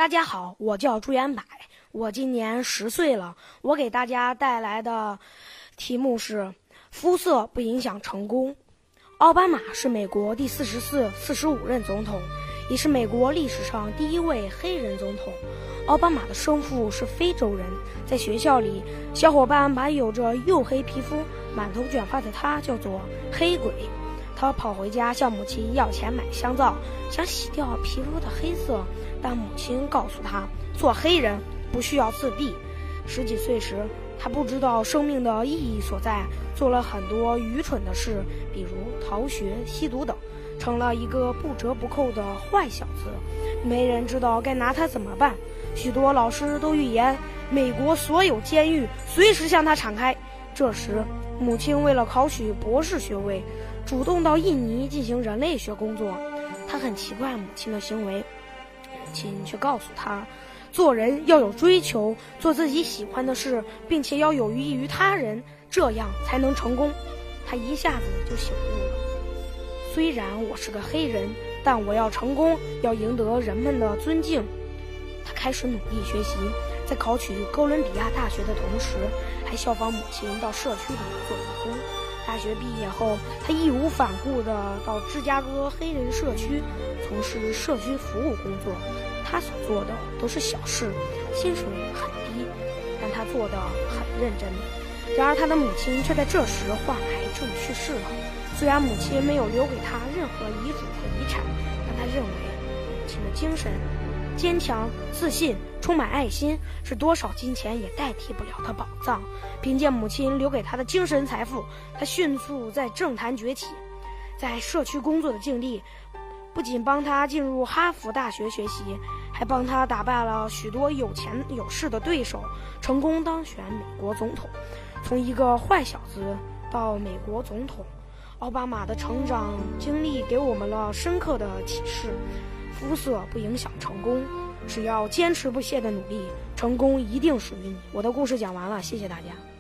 大家好，我叫朱元柏，我今年10岁了。我给大家带来的题目是肤色不影响成功。奥巴马是美国第44、45任总统，也是美国历史上第一位黑人总统。奥巴马的生父是非洲人，在学校里，小伙伴把有着黝黑皮肤、满头卷发的他叫做黑鬼。他跑回家向母亲要钱买香皂，想洗掉皮肤的黑色，但母亲告诉他，做黑人不需要自闭。10几岁时，他不知道生命的意义所在，做了很多愚蠢的事，比如逃学、吸毒等，成了一个不折不扣的坏小子。没人知道该拿他怎么办，许多老师都预言美国所有监狱随时向他敞开。这时，母亲为了考取博士学位，主动到印尼进行人类学工作。他很奇怪母亲的行为，母亲却告诉他，做人要有追求，做自己喜欢的事，并且要有益于他人，这样才能成功。他一下子就醒悟了。虽然我是个黑人，但我要成功，要赢得人们的尊敬。他开始努力学习，在考取哥伦比亚大学的同时，还效仿母亲到社区里做义工。大学毕业后，他义无反顾地到芝加哥黑人社区从事社区服务工作。他所做的都是小事，薪水很低，但他做得很认真。然而他的母亲却在这时患癌症去世了。虽然母亲没有留给他任何遗嘱和遗产，但他认为母亲的精神坚强、自信、充满爱心，是多少金钱也代替不了的宝藏。凭借母亲留给他的精神财富，他迅速在政坛崛起。在社区工作的经历不仅帮他进入哈佛大学学习，还帮他打败了许多有钱有势的对手，成功当选美国总统。从一个坏小子到美国总统，奥巴马的成长经历给我们了深刻的启示。肤色不影响成功，只要坚持不懈的努力，成功一定属于你。我的故事讲完了，谢谢大家。